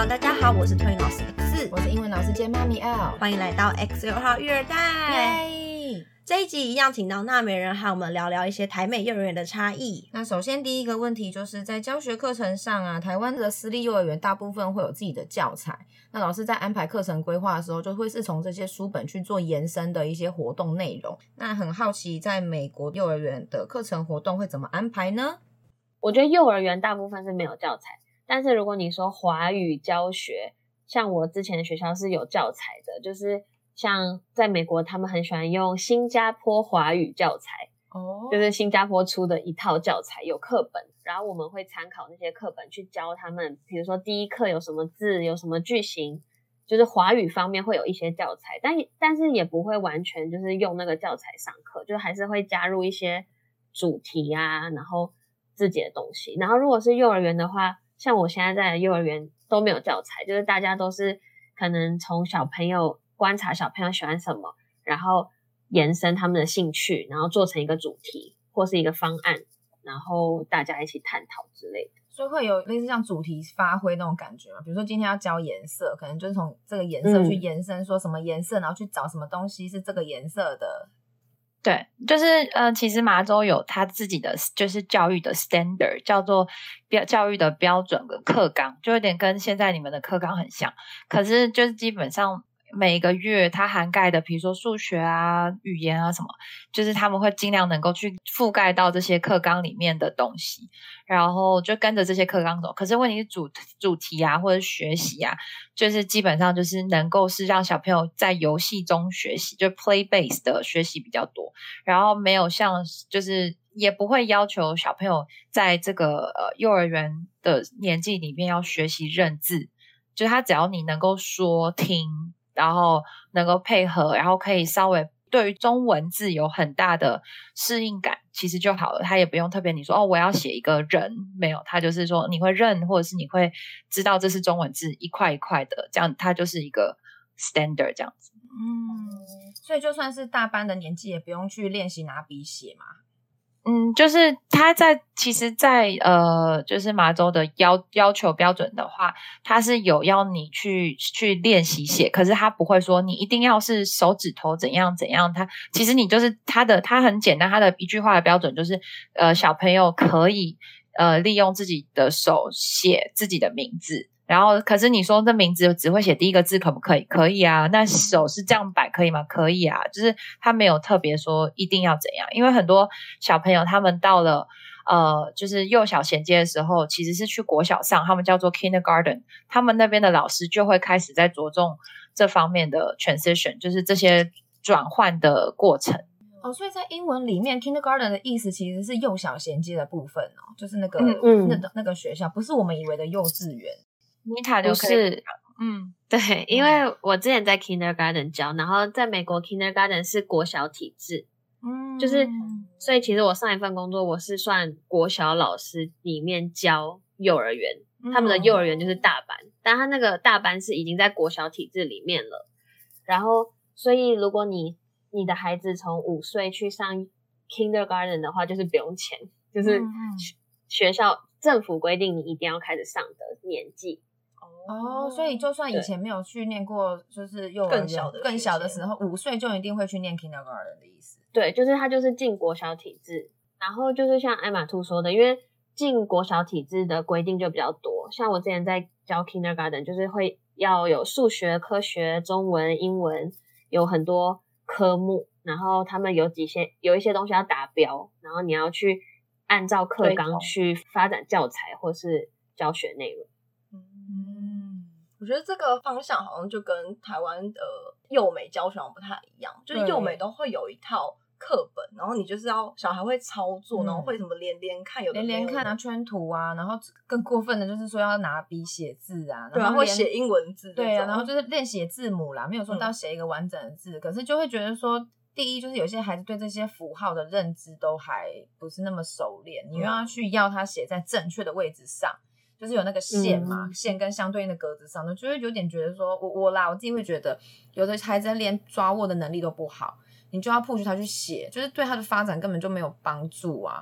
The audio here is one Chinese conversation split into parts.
Hello， 大家好，我是托尼老师 X， 我是英文老师兼妈咪 L， 欢迎来到 X6号育儿袋。这一集一样请到娜美人和我们聊聊一些台美幼儿园的差异。 那首先第一个问题就是在教学课程上啊，台湾的私立幼儿园大部分会有自己的教材，那老师在安排课程规划的时候就会是从这些书本去做延伸的一些活动内容。那很好奇在美国幼儿园的课程活动会怎么安排呢？ 我觉得幼儿园大部分是没有教材，但是如果你说华语教学，像我之前的学校是有教材的，就是像在美国他们很喜欢用新加坡华语教材，就是新加坡出的一套教材，有课本，然后我们会参考那些课本去教他们，比如说第一课有什么字，有什么句型，就是华语方面会有一些教材，但是也不会完全就是用那个教材上课，就还是会加入一些主题啊，然后自己的东西。然后如果是幼儿园的话，像我现在在的幼儿园都没有教材，就是大家都是可能从小朋友观察小朋友喜欢什么，然后延伸他们的兴趣，然后做成一个主题或是一个方案，然后大家一起探讨之类的。 所以会有类似像主题发挥那种感觉嘛？比如说今天要教颜色，可能就是从这个颜色去延伸，说什么颜色，然后去找什么东西是这个颜色的。 对，就是其实麻州有他自己的就是教育的 standard， 叫做教育的标准跟课纲，就有点跟现在你们的课纲很像。可是就是基本上每个月它涵盖的，比如说数学啊、语言啊什么，就是他们会尽量能够去覆盖到这些课纲里面的东西，然后就跟着这些课纲走。可是问题是主题啊或者学习啊，就是基本上就是能够是让小朋友在游戏中学习，就 play base 的学习比较多，然后没有像就是也不会要求小朋友在这个幼儿园的年纪里面要学习认字，就是他只要你能够说听，然后能够配合，然后可以稍微对于中文字有很大的适应感，其实就好了。他也不用特别你说我要写一个人，没有，他就是说你会认，或者是你会知道这是中文字一块一块的，这样它就是一个 standard 这样子。 所以就算是大班的年纪也不用去练习拿笔写嘛。 就是他其实在就是麻州的要求标准的话，他是有要你去练习写，可是他不会说你一定要是手指头怎样怎样，他其实你就是他很简单，他的一句话的标准就是小朋友可以利用自己的手写自己的名字。然后可是你说这名字只会写第一个字可不可以？可以啊。那手是这样摆可以吗？可以啊。就是他没有特别说一定要怎样，因为很多小朋友他们到了就是幼小衔接的时候，其实是去国小上，他们叫做 kindergarten， 他们那边的老师就会开始在着重这方面的 transition， 就是这些转换的过程。 所以在英文里面 kindergarten 的意思其实是幼小衔接的部分就是那个那个学校，不是我们以为的幼稚园。 妮塔就可以对，因为我之前在 kindergarten 教，然后在美国 kindergarten 是国小体制，就是所以其实我上一份工作我是算国小老师里面教幼儿园，他们的幼儿园就是大班，但他那个大班是已经在国小体制里面了，然后所以如果你的孩子从5岁去上 kindergarten 的话，就是不用钱，就是学校政府规定你一定要开始上的年纪。 所以就算以前没有去念过就是幼儿园更小的时候5岁就一定会去念 kindergarten 的意思。 对，就是他就是进国小体制，然后就是像艾玛兔说的，因为进国小体制的规定就比较多，像我之前在教 kindergarten 就是会要有数学、科学、中文、英文，有很多科目，然后他们有一些东西要达标，然后你要去按照课纲去发展教材或是教学内容。 我觉得这个方向好像就跟台湾的幼美教学不太一样，就是幼美都会有一套课本，然后你就是要小孩会操作，然后会什么连看，有的连看啊、圈图啊，然后更过分的就是说要拿笔写字啊， 对啊，会写英文字， 对啊，然后就是练写字母啦，没有说到写一个完整的字，可是就会觉得说，第一就是有些孩子对这些符号的认知都还不是那么熟练，你又要去要他写在正确的位置上。就是有那个线嘛，线跟相对应的格子上的，就会有点觉得说，我自己会觉得，有的孩子连抓握的能力都不好，你就要 push 他去写，就是对他的发展根本就没有帮助啊。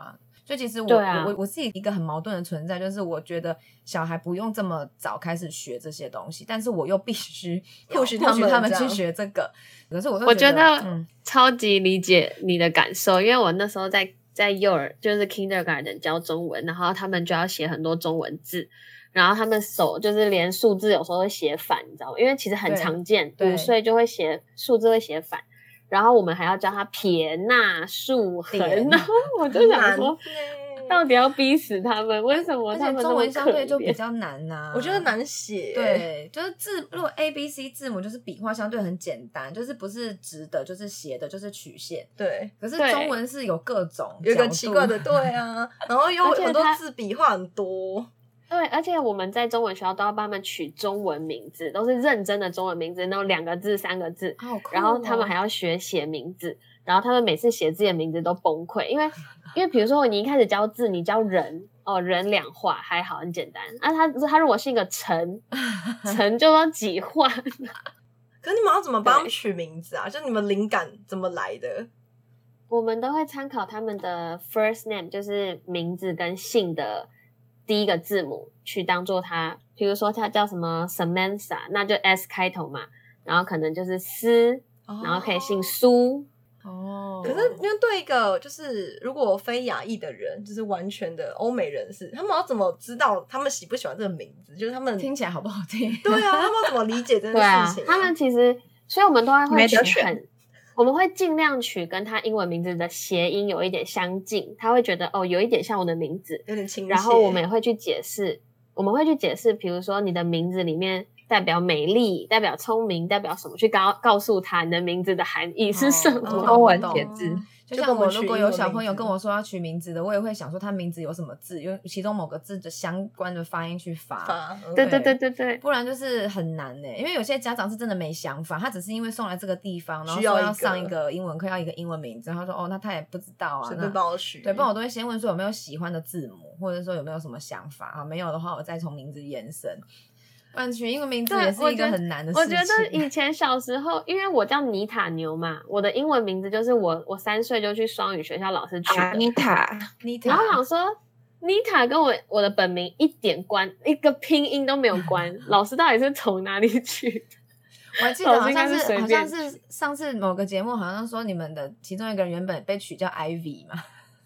就其实我自己一个很矛盾的存在，就是我觉得小孩不用这么早开始学这些东西，但是我又必须 push 他们去学这个。可是我觉得超级理解你的感受，因为我那时候在幼儿就是 kindergarten 教中文，然后他们就要写很多中文字，然后他们手就是连数字有时候会写反，你知道吗？因为其实很常见，5岁就会写数字会写反。然后我们还要教他撇捺竖横，然后我就想说，到底要逼死他们？为什么他们那么可怜？ 中文相对就比较难啊， 我觉得难写。 对，就是如果 ABC 字母就是笔画相对很简单，就是不是直的，就是斜的，就是曲线。 对， 可是中文是有各种有一个奇怪的，对啊，然后又很多字笔画很多。 对，而且我们在中文学校都要帮他们取中文名字，都是认真的中文名字，那种2个字、3个字，然后他们还要学写名字，然后他们每次写自己的名字都崩溃，因为比如说你一开始教字，你教人人2画还好很简单，他如果是一个陈就要几画。可你们要怎么帮他们取名字啊？就你们灵感怎么来的？ 我们都会参考他们的 first name， 就是名字跟姓的第一个字母去当做他，比如说他叫什么 Samantha， 那就 S 开头嘛，然后可能就是思，然后可以姓苏。 可是因为对一个就是如果非亚裔的人，就是完全的欧美人士，他们要怎么知道他们喜不喜欢这个名字？就是他们听起来好不好听？ 对啊，他们要怎么理解这件事情？ 他们其实，所以我们都会取我们会尽量取跟他英文名字的谐音有一点相近，他会觉得有一点像我的名字， 有点亲切。 然后我们也会去解释，比如说你的名字里面代表美丽，代表聪明，代表什么，去告诉他你的名字的含义是什么。 中文解字。 就像我如果有小朋友跟我说要取名字的，我也会想说他名字有什么字，用其中某个字的相关的发音去发。 对， 不然就是很难因为有些家长是真的没想法，他只是因为送来这个地方，然后说要上一个英文课，要一个英文名字，然后说那他也不知道啊， 随便帮我取。 对，不然我都会先问说有没有喜欢的字母，或者说有没有什么想法没有的话我再从名字延伸。不然取英文名字也是一个很难的事情。 我觉得以前小时候，因为我叫妮塔牛嘛，我的英文名字就是我3岁就去双语学校老师取的妮塔。 然后想说妮塔跟我的本名一个拼音都没有关，老师到底是从哪里取的？ 我还记得好像是上次某个节目好像说你们的其中一个人原本被取叫 Ivy 嘛。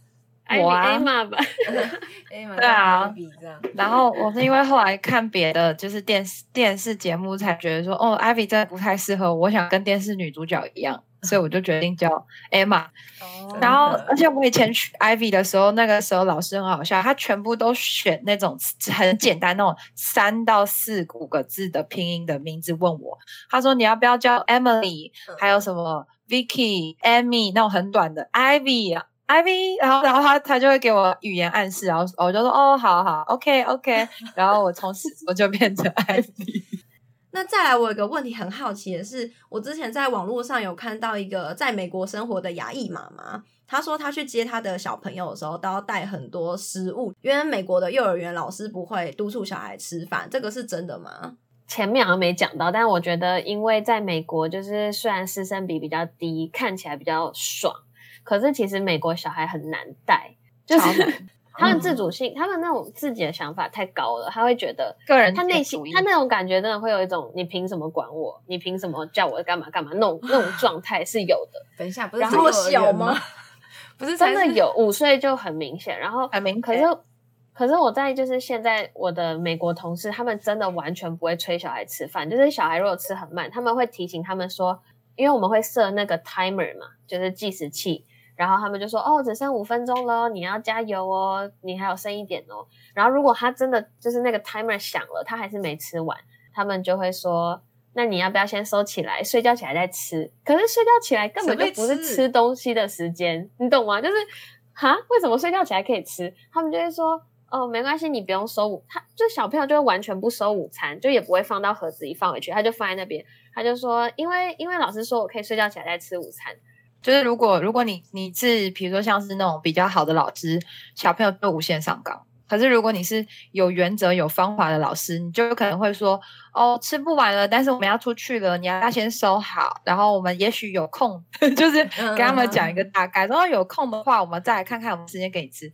Emma 吧 ，Emma 对啊， 这样。 然后我是因为后来看别的就是电视节目，才觉得说Ivy 真的不太适合我，想跟电视女主角一样，所以我就决定叫 Emma。然后而且我以前取 Ivy 的时候，那个时候老师很好笑，他全部都选那种很简单那种3到4、5个字的拼音的名字问我，他说你要不要叫 Emily，还有什么 Vicky、Amy 那种很短的 Ivy，然后他就会给我语言暗示，然后我就说好 OK， 然后我从此我就变成 Ivy。 那再来，我有个问题很好奇的是，我之前在网络上有看到一个在美国生活的亚裔妈妈，她说她去接她的小朋友的时候都要带很多食物，因为美国的幼儿园老师不会督促小孩吃饭，这个是真的吗？ 前面好像没讲到，但我觉得因为在美国就是虽然师生比比较低，看起来比较爽，可是其实美国小孩很难带，就是他们自主性，他们那种自己的想法太高了，他会觉得个人他内心他那种感觉真的会有一种你凭什么管我，你凭什么叫我干嘛干嘛那种状态是有的。 等一下，不是这么小吗？ 不是真的有5岁就很明显，然后很明显。 可是我在就是现在我的美国同事，他们真的完全不会催小孩吃饭，就是小孩如果吃很慢，他们会提醒他们说，因为我们会设那个 timer 嘛，就是计时器。然后他们就说只剩5分钟了，你要加油哦，你还有剩一点哦。然后如果他真的就是那个 timer 响了，他还是没吃完，他们就会说，那你要不要先收起来，睡觉起来再吃？可是睡觉起来根本就不是吃东西的时间，你懂吗？就是为什么睡觉起来可以吃？他们就会说没关系，你不用收就小朋友就会完全不收午餐，就也不会放到盒子里放回去，他就放在那边，他就说因为老师说我可以睡觉起来再吃午餐。 就是如果你是比如说像是那种比较好的老师，小朋友就无限上纲。可是如果你是有原则有方法的老师，你就可能会说吃不完了，但是我们要出去了，你要先收好，然后我们也许有空就是跟他们讲一个大概，然后有空的话我们再来看看我们时间给你吃。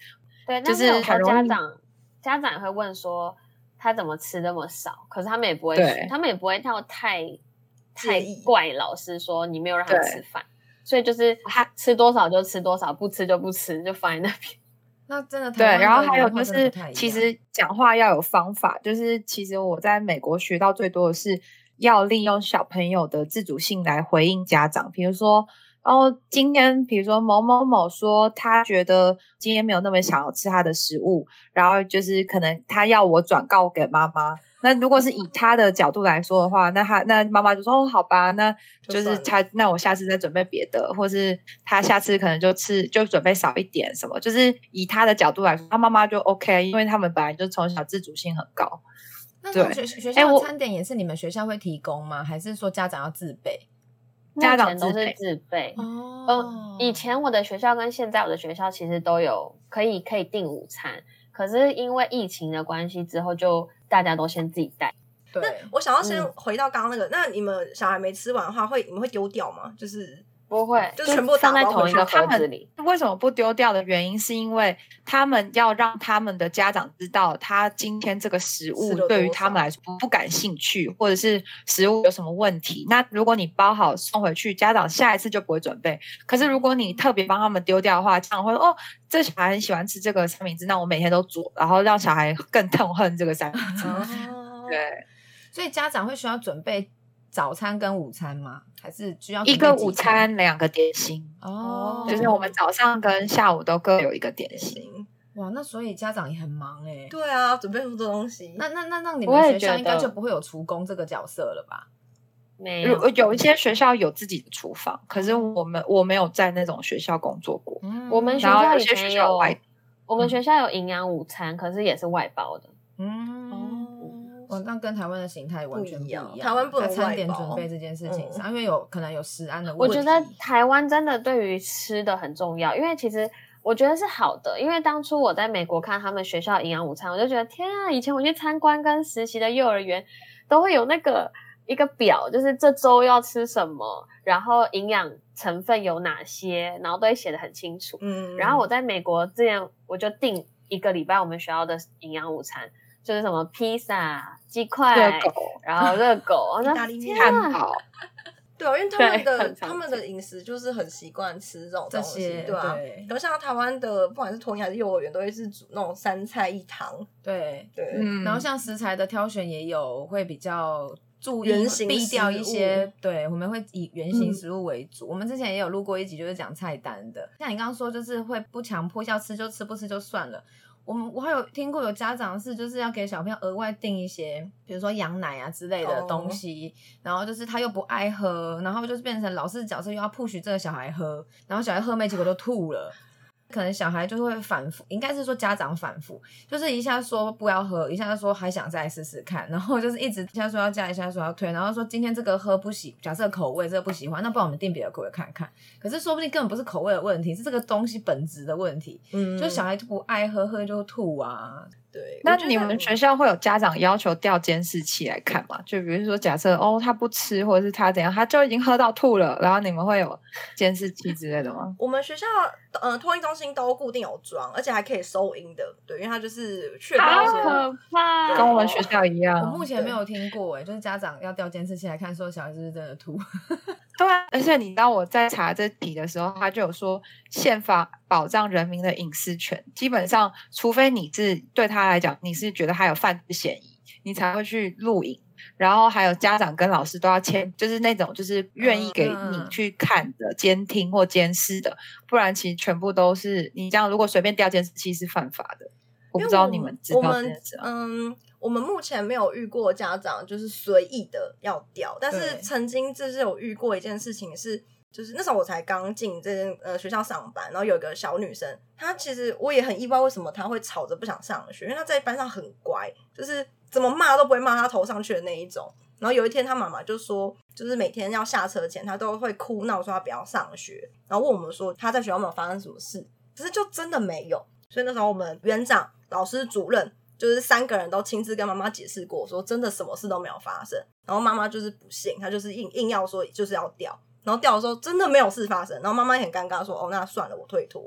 对， 就但是有时候很容易家长也会问说他怎么吃那么少，可是他们也不会对他们也不会到太介意怪老师说你没有让他对吃饭，所以就是他吃多少就吃多少，不吃就不吃，就放在那边。 那真的对， 台湾然后还有的文化就是真的不太一样， 其实讲话要有方法，就是其实我在美国学到最多的是要利用小朋友的自主性来回应家长，比如说今天比如说某某某说他觉得今天没有那么想要吃他的食物，然后就是可能他要我转告给妈妈，那如果是以他的角度来说的话，那妈妈就说好吧，那就是那我下次再准备别的，或是他下次可能就准备少一点什么，就是以他的角度来说，他妈妈就 OK， 因为他们本来就从小自主性很高。 那种学校的餐点也是你们学校会提供吗？还是说家长要自备？ 家长都是自备哦。 以前我的学校跟现在我的学校其实都有可以订午餐，可是因为疫情的关系之后，就大家都先自己带。 对， 那我想要先回到刚刚那个，那你们小孩没吃完的话，你们会丢掉吗？就是不会， 就全部放在同一个盒子里。 为什么不丢掉的原因，是因为他们要让他们的家长知道，他今天这个食物对于他们来说不感兴趣，或者是食物有什么问题。那如果你包好送回去，家长下一次就不会准备。可是如果你特别帮他们丢掉的话，家长会说这小孩很喜欢吃这个三明治，那我每天都做，然后让小孩更痛恨这个三明治。对， 所以家长会需要准备早餐跟午餐吗？还是需要一个午餐2个点心？就是我们早上跟下午都各有一个点心。 哇，那所以家长也很忙欸。 对啊，准备这么多东西。 那你们学校应该就不会有厨工这个角色了吧？ 没有， 有一些学校有自己的厨房，可是我没有在那种学校工作过。 我们学校以前有，我们学校有营养午餐，可是也是外包的。 那跟台湾的形态完全不一样。 台湾不能在餐点准备这件事情上，因为可能有食安的问题。 我觉得台湾真的对于吃的很重要，因为其实我觉得是好的。因为当初我在美国看他们学校营养午餐，我就觉得天啊！以前我去参观跟实习的幼儿园都会有一个表，就是这周要吃什么，然后营养成分有哪些，然后都会写得很清楚。然后我在美国之前我就订1个礼拜我们学校的营养午餐。就是什么披萨、鸡块，然后热狗、 意大利面、 汉堡。 对啊，因为他们的饮食就是很习惯吃这种东西，对啊。然后像台湾的，不管是托婴还是幼儿园，都会是煮那种3菜1汤。 对，然后像食材的挑选也有会比较注意避掉一些，对，我们会以原型食物为主。我们之前也有录过一集，就是讲菜单的。像你刚刚说，就是会不强迫要吃就吃，不吃就算了。我还有听过有家长是就是要给小朋友额外订一些，比如说羊奶啊之类的东西，然后就是他又不爱喝，然后就是变成老师的角色又要 push 这个小孩喝，然后小孩喝没结果都吐了。可能小孩就会反复，应该是说家长反复，就是一下说不要喝，一下说还想再试试看，然后就是一直一下说要加，一下说要推，然后说今天这个喝不喜，假设口味这个不喜欢，那不然我们订别的口味看看。可是说不定根本不是口味的问题，是这个东西本质的问题。就小孩就不爱喝，喝就吐啊。 对， 那你们学校会有家长要求调监视器来看吗？就比如说假设他不吃，或者是他怎样，他就已经喝到吐了，然后你们会有监视器之类的吗？ 我们学校托婴中心都固定有装，而且还可以收音的。对，因为它就是确保好可怕， 跟我们学校一样。 我目前没有听过就是家长要调监视器来看说小孩是不是真的吐。 对啊，而且你知道我在查这题的时候，他就有说宪法保障人民的隐私权，基本上除非你是对他来讲你是觉得他有犯罪嫌疑，你才会去录影，然后还有家长跟老师都要签，就是那种就是愿意给你去看的监听或监视的，不然其实全部都是你这样如果随便调监视器是犯法的。我不知道你们知道这件事吗？ 我们目前没有遇过家长就是随意的要调，但是曾经就是有遇过一件事情是，就是那时候我才刚进这间学校上班，然后有一个小女生，她其实我也很意外为什么她会吵着不想上学，因为她在班上很乖，就是怎么骂都不会骂她头上去的那一种。然后有一天她妈妈就说，就是每天要下车前她都会哭闹说她不要上学，然后问我们说她在学校有没有发生什么事，可是就真的没有。所以那时候我们园长、老师、主任就是3个人都亲自跟妈妈解释过，说真的什么事都没有发生。然后妈妈就是不信，她就是硬要说就是要调，然后调的时候真的没有事发生，然后妈妈也很尴尬说那算了，我退脱。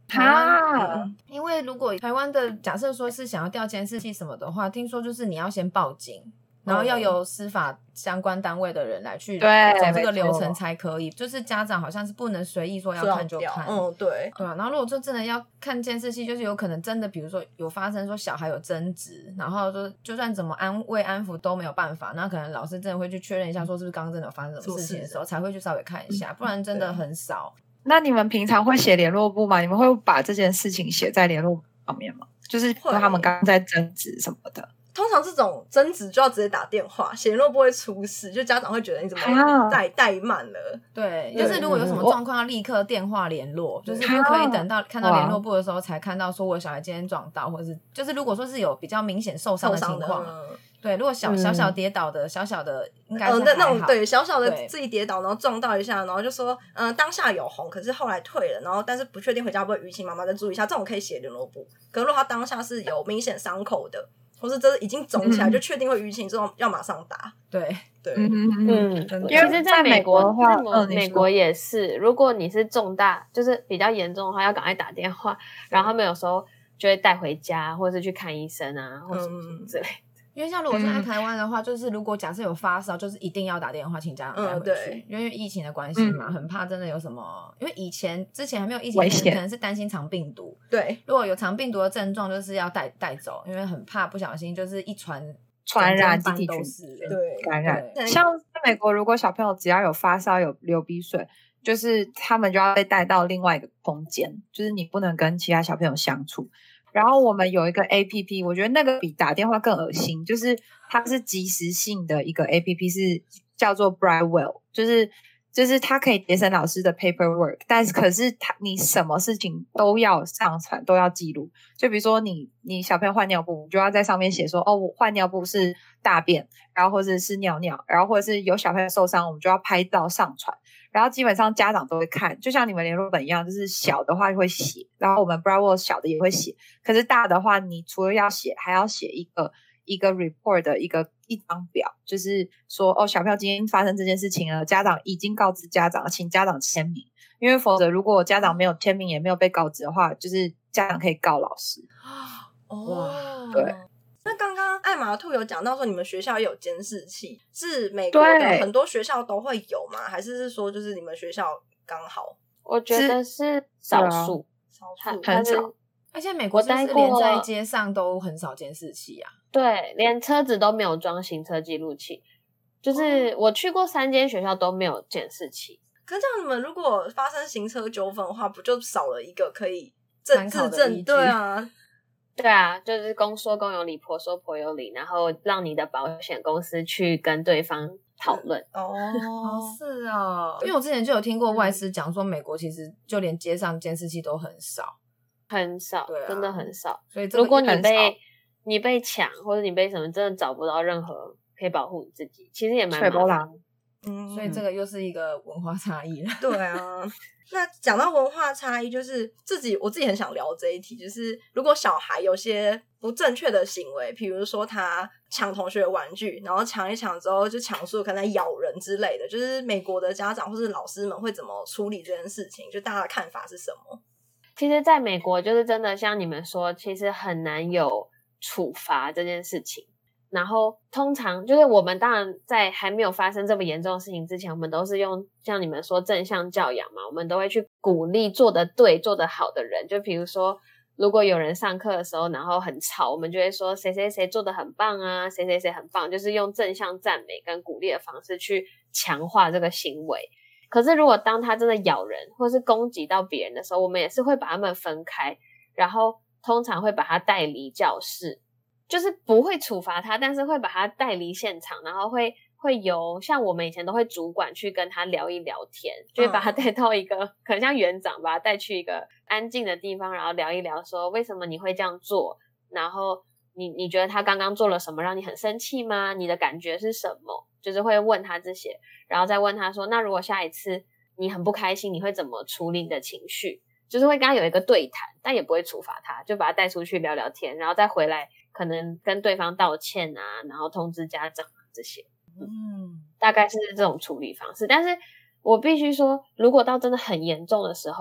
哈， 因为如果台湾的假设说是想要调监视器什么的话，听说就是你要先报警，然后要由司法相关单位的人来去走这个流程才可以，就是家长好像是不能随意说要看就看。 对对啊。然后如果说真的要看监视器，就是有可能真的比如说有发生说小孩有争执，然后说就算怎么安抚都没有办法，那可能老师真的会去确认一下说是不是刚刚真的有发生什么事情的时候才会去稍微看一下，不然真的很少。 那你们平常会写联络簿吗？你们会把这件事情写在联络簿上面吗？就是他们刚刚在争执什么的。 通常这种争执就要直接打电话，写联络不会出事，就家长会觉得你怎么怠慢了。 对，就是如果有什么状况要立刻电话联络，就是不可以等到看到联络簿的时候才看到说我小孩今天撞到，或者是就是如果说是有比较明显受伤的情况，对，如果小小跌倒的小小的应该是还好， 那种对小小的自己跌倒然后撞到一下，然后就说当下有红，可是后来退了，然后但是不确定回家不会淤青，妈妈再注意一下，这种可以写联络簿。可是如果他当下是有明显伤口的，或是这已经肿起来就确定会淤青，之后要马上打。 对， 其实在美国的话，美国也是，如果你是重大就是比较严重的话，要赶快打电话，然后他们有时候就会带回家，或者是去看医生啊，或什么之类的。 因为像如果是在台湾的话，就是如果假设有发烧，就是一定要打电话请家长带回去，因为疫情的关系嘛，很怕真的有什么。因为之前还没有疫情前，可能是担心肠病毒。 对， 如果有肠病毒的症状，就是要带走，因为很怕不小心就是一传染集体都是对感染。像在美国，如果小朋友只要有发烧、有流鼻水，就是他们就要被带到另外一个空间，就是你不能跟其他小朋友相处。然后我们有一个 APP， 我觉得那个比打电话更恶心，就是它是即时性的一个 APP， 是叫做 Brightwell， 就是它可以节省老师的 paperwork， 但是可是你什么事情都要上传，都要记录。就比如说你小朋友换尿布，你就要在上面写说我换尿布是大便，然后或者是尿尿，然后或者是有小朋友受伤，我们就要拍照上传。然后基本上家长都会看，就像你们联络本一样，就是小的话会写，然后我们 Bravo 小的也会写，可是大的话你除了要写，还要写一个 report 的一张表，就是说小朋友今天发生这件事情了，家长已经告知家长，请家长签名，因为否则如果家长没有签名也没有被告知的话，就是家长可以告老师。对。 那刚刚艾玛兔有讲到说你们学校有监视器，是美国的很多学校都会有吗？还是说就是你们学校刚好？ 我觉得是少数， 很少。 而且美国就是连在街上都很少监视器啊。 对，连车子都没有装行车记录器，就是我去过3间学校都没有监视器。 可是这样你们如果发生行车纠纷的话，不就少了一个可以自证？对啊。 对啊，就是公说公有理，婆说婆有理，然后让你的保险公司去跟对方讨论。 是哦，因为我之前就有听过外师讲说，美国其实就连街上监视器都很少， 很少，真的很少。 所以如果你被抢或者你被什么，真的找不到任何可以保护你自己，其实也蛮麻烦的。 所以这个又是一个文化差异了。 对啊。那讲到文化差异，就是我自己很想聊这一题，就是如果小孩有些不正确的行为，比如说他抢同学的玩具，然后抢一抢之后就抢输，可能咬人之类的，就是美国的家长或是老师们会怎么处理这件事情？就大家的看法是什么？ 其实在美国就是真的像你们说，其实很难有处罚这件事情。然后通常就是我们当然在还没有发生这么严重的事情之前，我们都是用像你们说正向教养嘛，我们都会去鼓励做得对做得好的人。就比如说如果有人上课的时候然后很吵，我们就会说谁谁谁做得很棒啊，谁谁谁很棒，就是用正向赞美跟鼓励的方式去强化这个行为。可是如果当他真的咬人或是攻击到别人的时候，我们也是会把他们分开，然后通常会把他带离教室，就是不会处罚他，但是会把他带离现场，然后会由像我们以前都会主管去跟他聊一聊天，就会把他带到一个可能像园长把他带去一个安静的地方，然后聊一聊说为什么你会这样做，然后你觉得他刚刚做了什么让你很生气吗？你的感觉是什么？就是会问他这些，然后再问他说那如果下一次你很不开心，你会怎么处理你的情绪？就是会跟他有一个对谈，但也不会处罚他，就把他带出去聊聊天，然后再回来可能跟对方道歉啊，然后通知家长这些。大概是这种处理方式。但是我必须说，如果到真的很严重的时候，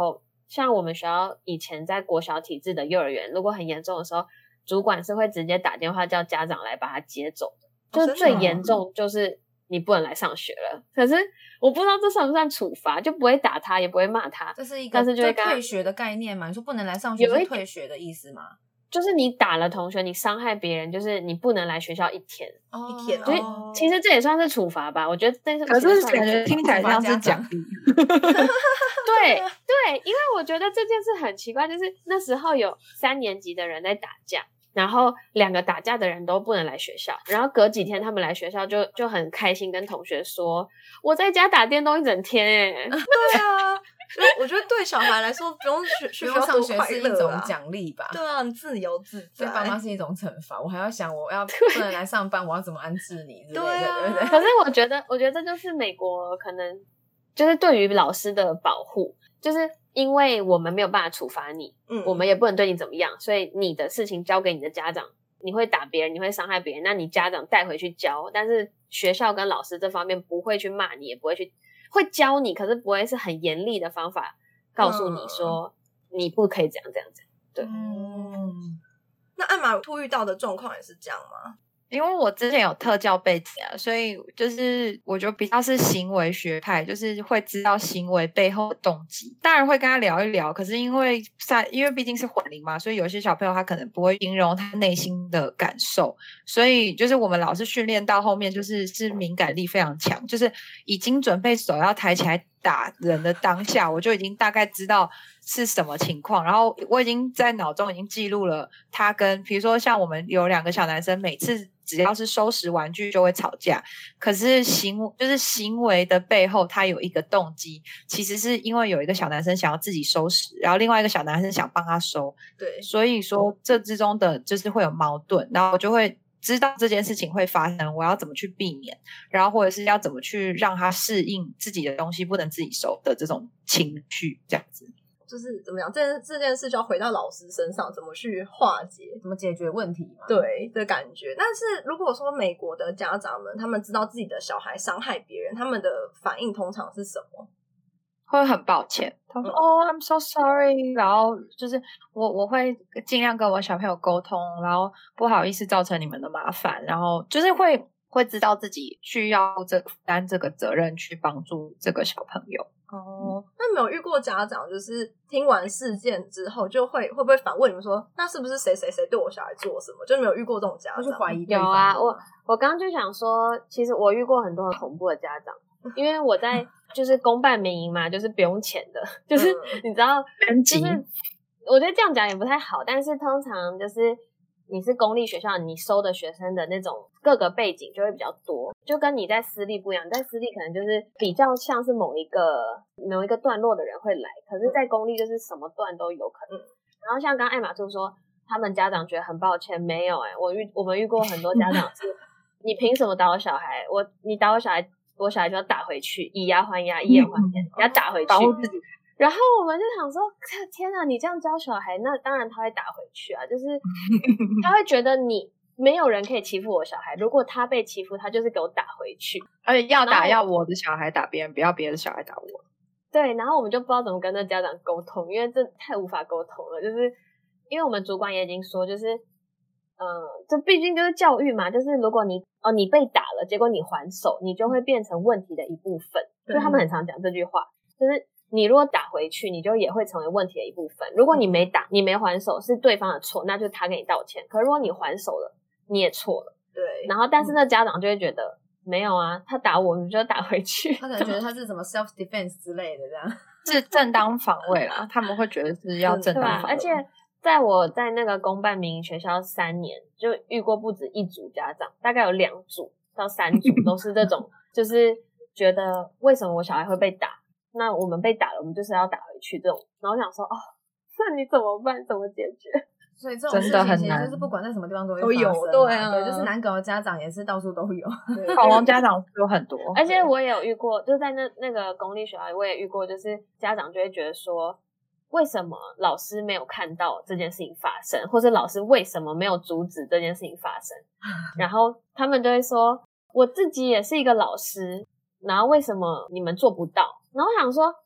像我们学校以前在国小体制的幼儿园，如果很严重的时候，主管是会直接打电话叫家长来把他接走的，就是最严重就是你不能来上学了。可是我不知道这算不算处罚，就不会打他也不会骂他， 这是一个但是就会退学的概念嘛？你说不能来上学是退学的意思吗？ 就是你打了同学，你伤害别人，就是你不能来学校1天， 一天所以其实这也算是处罚吧。我觉得这是， 可是感觉听起来像是奖励。 对，因为我觉得这件事很奇怪，就是那时候有3年级的人在打架，然后2个打架的人都不能来学校，然后隔几天他们来学校就很开心跟同学说，我在家打电动一整天欸。 对啊，我觉得对小孩来说不用学校上学是一种啊奖励吧？ 对啊，你自由自在。 对爸妈是一种惩罚，我还要想我要不能来上班，我要怎么安置你之类的，对不对？ 可是我觉得这就是美国可能就是对于老师的保护，就是因为我们没有办法处罚你，我们也不能对你怎么样，所以你的事情交给你的家长，你会打别人，你会伤害别人，那你家长带回去教，但是学校跟老师这方面不会去骂你，也不会去会教你，可是不会是很严厉的方法告诉你说你不可以这样这样这样。对， 那艾玛兔遇到的状况也是这样吗？ 因为我之前有特教背景啊，所以就是我觉得比较是行为学派，就是会知道行为背后的动机。当然会跟他聊一聊，可是因为毕竟是混龄嘛，所以有些小朋友他可能不会形容他内心的感受，所以就是我们老师训练到后面就是敏感力非常强，就是已经准备手要抬起来打人的当下，我就已经大概知道是什么情况，然后我已经在脑中已经记录了他跟比如说像我们有2个小男生，每次只要是收拾玩具就会吵架，可是行为的背后他有一个动机，其实是因为有一个小男生想要自己收拾，然后另外一个小男生想帮他收， 对， 所以说这之中的就是会有矛盾，然后我就会知道这件事情会发生，我要怎么去避免，然后或者是要怎么去让他适应自己的东西不能自己收的这种情绪，这样子。 就是怎么样，这件事就要回到老师身上，怎么去化解， 怎么解决问题嘛？ 对的感觉。但是如果说美国的家长们，他们知道自己的小孩伤害别人，他们的反应通常是什么？ 会很抱歉，他说I'm so sorry， 然后就是我会尽量跟我小朋友沟通，然后不好意思造成你们的麻烦，然后就是会知道自己需要负担这个责任去帮助这个小朋友。 那没有遇过家长就是听完事件之后就会不会反问你们说，那是不是谁谁谁对我小孩做什么？就没有遇过这种家长？ 就怀疑对方。 有啊，我刚刚就想说，其实我遇过很多很恐怖的家长，因为我在就是公办民营嘛，就是不用钱的，就是你知道，就是我觉得这样讲也不太好，但是通常就是你是公立学校，你收的学生的那种各个背景就会比较多，就跟你在私立不一样。在私立可能就是比较像是某一个段落的人会来，可是在公立就是什么段都有可能。然后像刚艾玛兔说，他们家长觉得很抱歉，没有我们遇过很多家长是，你凭什么打我小孩？你打我小孩，我小孩就要打回去，以牙还牙，以眼还眼，要打回去， 保护自己。 然后我们就想说，天啊，你这样教小孩，那当然他会打回去啊，就是他会觉得你没有人可以欺负我小孩，如果他被欺负，他就是给我打回去， 而且要我的小孩打别人，不要别的小孩打我。 对，然后我们就不知道怎么跟那家长沟通，因为这太无法沟通了，就是因为我们主管也已经说，就是这毕竟就是教育嘛，就是如果你被打了，结果你还手，你就会变成问题的一部分，所以他们很常讲这句话，就是你如果打回去，你就也会成为问题的一部分。如果你没打，你没还手，是对方的错，那就他给你道歉。可是如果你还手了，你也错了。 对。 然后，但是那家长就会觉得没有啊，他打我，你就打回去。 他可能觉得他是什么 self defense 之类的，这样是正当防卫啦。他们会觉得是要正当防卫。 而且在我在那个公办民营学校3年，就遇过不止一组家长，大概有2组到3组都是这种，就是觉得为什么我小孩会被打？那我们被打了，我们就是要打回去这种。然后我想说，那你怎么办？怎么解决？ 所以这种事情其实就是不管在什么地方都会发生， 对啊， 对，就是难搞的家长也是到处都有， 恐龙家长有很多。 而且我也有遇过，就在那个公立学校，我也遇过，就是家长就会觉得说，为什么老师没有看到这件事情发生，或者老师为什么没有阻止这件事情发生？然后他们就会说，我自己也是一个老师，然后为什么你们做不到？然后我想说，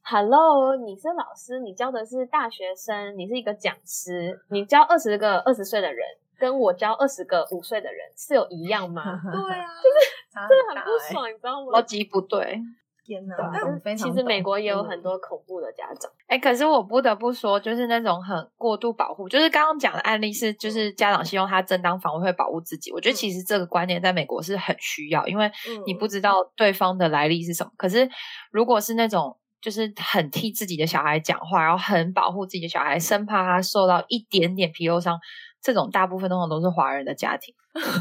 Hello， 你是老师，你教的是大学生，你是一个讲师，你教20个20岁的人，跟我教20个5岁的人是有一样吗？ 对啊， 真的很不爽，你知道吗？ 逻辑不对。 天哪！ 非常其实美国也有很多恐怖的家长。 可是我不得不说，就是那种很过度保护，就是刚刚讲的案例是，就是家长希望他正当防卫会保护自己。我觉得其实这个观念在美国是很需要，因为你不知道对方的来历是什么。可是如果是那种就是很替自己的小孩讲话，然后很保护自己的小孩，生怕他受到一点点皮肉伤，这种大部分通常都是华人的家庭。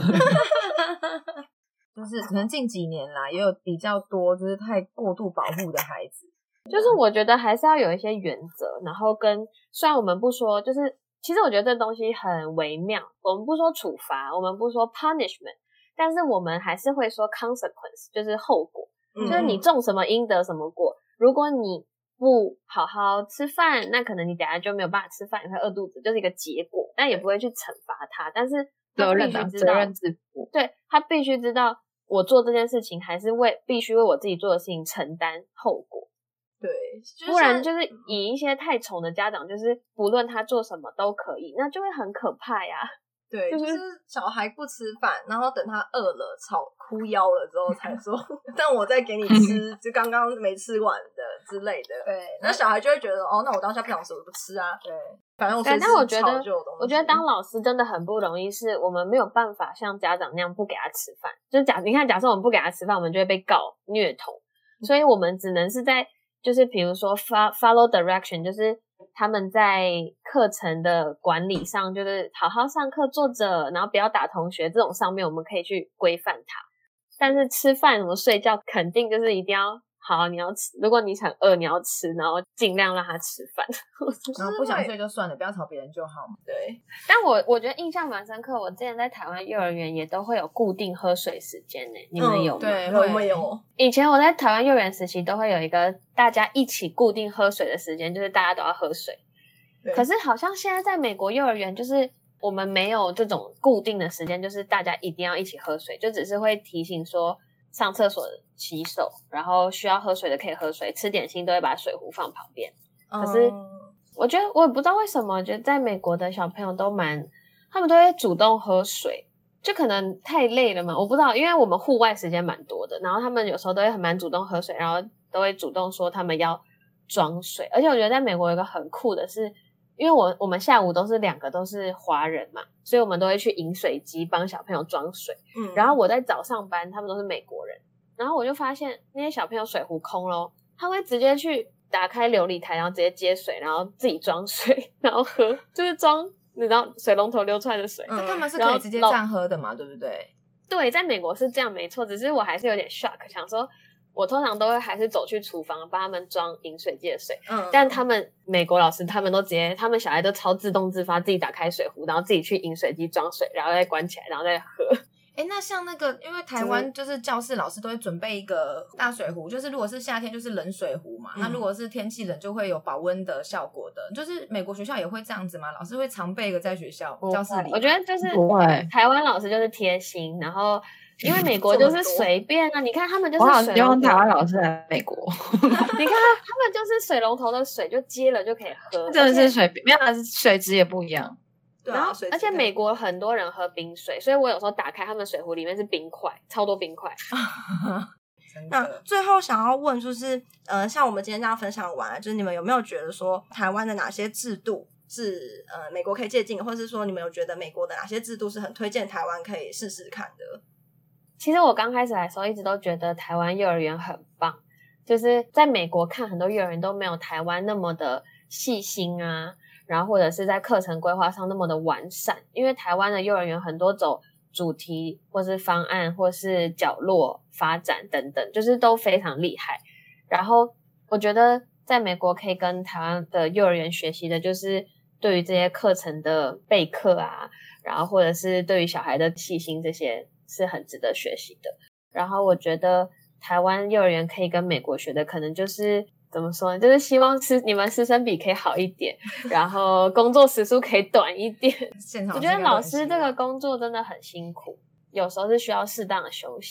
就是可能近几年啦，也有比较多就是太过度保护的孩子。 就是我觉得还是要有一些原则，然后跟虽然我们不说，就是其实我觉得这东西很微妙，我们不说处罚，我们不说 punishment， 但是我们还是会说 consequence， 就是后果，就是你种什么因得什么果。如果你不好好吃饭，那可能你等下就没有办法吃饭，你会饿肚子，就是一个结果，但也不会去惩罚他，但是他必须知道， 责任自负， 对，他必须知道我做这件事情还是必须为我自己做的事情承担后果。 对， 不然就是以一些太宠的家长，就是不论他做什么都可以，那就会很可怕呀。 对，就是小孩不吃饭，然后等他饿了、哭腰了之后才说，但我再给你吃，就刚刚没吃完的之类的。 对， 那小孩就会觉得，那我当下不想吃，我就不吃啊。 对， 反正我但我觉得当老师真的很不容易，是我们没有办法像家长那样不给他吃饭。就是假设我们不给他吃饭，我们就会被告虐童，所以我们只能是在就是比如说 follow direction， 就是他们在课程的管理上，就是好好上课坐着，然后不要打同学，这种上面我们可以去规范他。但是吃饭什么睡觉，肯定就是一定要好，你要吃。如果你很饿，你要吃，然后尽量让他吃饭。 然后不想睡就算了，不要吵别人就好嘛。 对。 但我觉得印象蛮深刻，我之前在台湾幼儿园也都会有固定喝水时间呢，你们有吗？ 对， 我们有。 以前我在台湾幼儿园时期都会有一个大家一起固定喝水的时间，就是大家都要喝水。可是好像现在在美国幼儿园，就是我们没有这种固定的时间，就是大家一定要一起喝水，就只是会提醒说上厕所洗手，然后需要喝水的可以喝水，吃点心都会把水壶放旁边。可是我觉得我也不知道为什么，我觉得在美国的小朋友他们都会主动喝水，就可能太累了嘛，我不知道，因为我们户外时间蛮多的，然后他们有时候都会蛮主动喝水，然后都会主动说他们要装水。而且我觉得在美国有一个很酷的是，因为我们下午2个都是华人嘛，所以我们都会去饮水机帮小朋友装水。然后我在早上班，他们都是美国人，然后我就发现那些小朋友水壶空咯，他会直接去打开流理台，然后直接接水，然后自己装水，然后喝，就是装你知道水龙头流出来的水。 他们是可以直接这样喝的嘛，对不对？ 对，在美国是这样没错，只是我还是有点 shock， 想说我通常都会还是走去厨房帮他们装饮水机的水，但他们美国老师他们都直接，他们小孩都超自动自发，自己打开水壶，然后自己去饮水机装水，然后再关起来，然后再喝。 那像那个，因为台湾就是教室老师都会准备一个大水壶，就是如果是夏天就是冷水壶嘛，那如果是天气冷就会有保温的效果的。就是美国学校也会这样子吗？老师会常备一个在学校教室里？ 我觉得就是台湾老师就是贴心，然后因为美国就是随便啊，你看他们就是水龙头， 我好希望台湾老师来美国。 你看他们就是水龙头的水就接了就可以喝， 真的是随便，没有，水质也不一样。 然后，而且美国很多人喝冰水，所以我有时候打开他们水壶里面是冰块，超多冰块。 那最后想要问就是，像我们今天这样分享完，就是你们有没有觉得说台湾的哪些制度是美国可以借鉴，或是说你们有觉得美国的哪些制度是很推荐台湾可以试试看的？ 其实我刚开始来的时候一直都觉得台湾幼儿园很棒，就是在美国看很多幼儿园都没有台湾那么的细心啊。然后或者是在课程规划上那么的完善，因为台湾的幼儿园很多走主题或是方案或是角落发展等等，就是都非常厉害。然后我觉得在美国可以跟台湾的幼儿园学习的就是对于这些课程的备课啊，然后或者是对于小孩的细心，这些是很值得学习的。然后我觉得台湾幼儿园可以跟美国学的可能就是怎么说呢？就是希望你们师生比可以好一点，然后工作时数可以短一点。 现场我觉得老师这个工作真的很辛苦，有时候是需要适当的休息。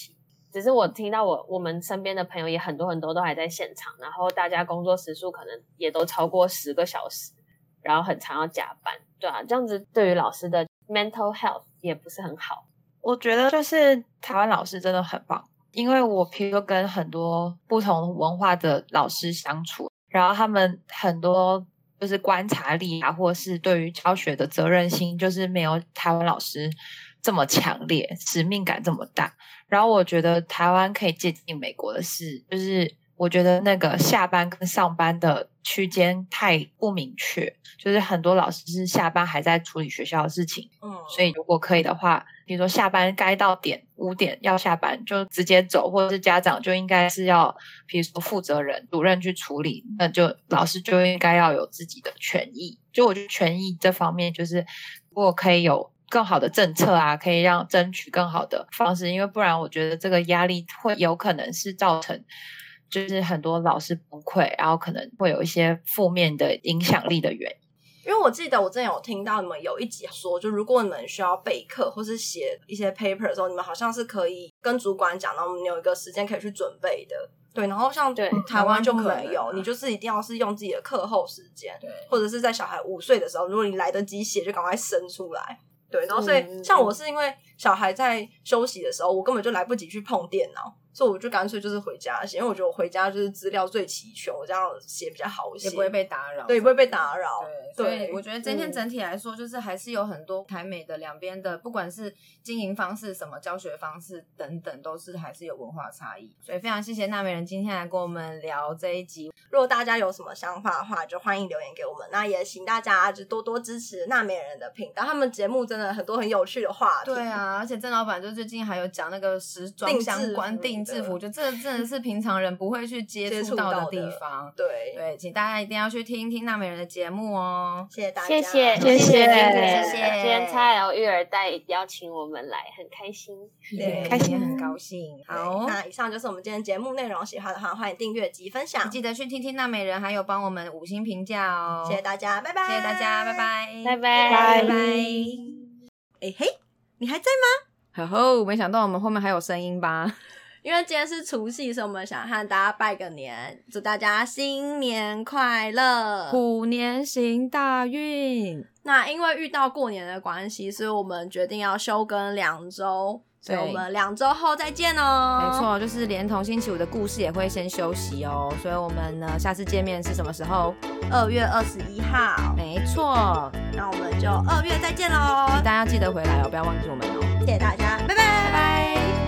只是我听到我们身边的朋友也很多都还在现场，然后大家工作时数可能也都超过10个小时，然后很常要加班，对啊，这样子对于老师的 mental health 也不是很好。 我觉得就是台湾老师真的很棒，因为我譬如说跟很多不同文化的老师相处，然后他们很多就是观察力啊，或是对于教学的责任心，就是没有台湾老师这么强烈，使命感这么大。然后我觉得台湾可以接近美国的是，就是我觉得那个下班跟上班的区间太不明确，就是很多老师是下班还在处理学校的事情，所以如果可以的话，比如说下班该到点5点要下班就直接走，或者是家长就应该是要比如说负责人主任去处理，那就老师就应该要有自己的权益。就我觉得权益这方面，就是如果可以有更好的政策啊，可以让争取更好的方式，因为不然我觉得这个压力会有可能是造成就是很多老师崩溃，然后可能会有一些负面的影响力的原因。 因为我记得我之前有听到你们有一集说，就如果你们需要备课或是写一些 paper 的时候，你们好像是可以跟主管讲，然后我们有一个时间可以去准备的。对，然后像台湾就没有，你就是一定要是用自己的课后时间，对，或者是在小孩5岁的时候，如果你来得及写，就赶快生出来。对，然后所以像我是因为小孩在休息的时候，我根本就来不及去碰电脑，所以我就干脆就是回家写，因为我觉得我回家就是资料最齐全，我这样写比较好写， 也不会被打扰。 对，也不会被打扰。 对，所以我觉得今天整体来说，就是还是有很多台美的两边的，不管是经营方式、什么教学方式等等，都是还是有文化差异。所以非常谢谢纳美人今天来跟我们聊这一集。 如果大家有什么想法的话，就欢迎留言给我们。那也请大家就多多支持纳美人的频道，他们节目真的很多很有趣的话题。 对啊，而且郑老板就最近还有讲那个时装相关定制服，就这真的是平常人不会去接触到的地方。对，请大家一定要去听听纳美人的节目哦。 谢谢大家， 谢谢。今天XL育儿袋邀请我们来，很开心， 对，开心很高兴。好， 那以上就是我们今天节目内容，喜欢的话欢迎订阅及分享， 记得去听听纳美人，还有帮我们5星评价哦。 谢谢大家，拜拜。 谢谢大家，拜拜， 拜拜， 拜拜。 嘿，你还在吗？ 呵呵，没想到我们后面还有声音吧？ 因为今天是除夕，所以我们想和大家拜个年，祝大家新年快乐， 虎年行大运。 那因为遇到过年的关系，所以我们决定要休更2周，所以我们2周后再见哦。 没错，就是连同星期五的故事也会先休息哦。所以我们呢，下次见面是什么时候 ？2月21号。 没错， 那我们就2月再见喽。 大家记得回来哦，不要忘记我们哦。 谢谢大家，拜拜， 拜拜。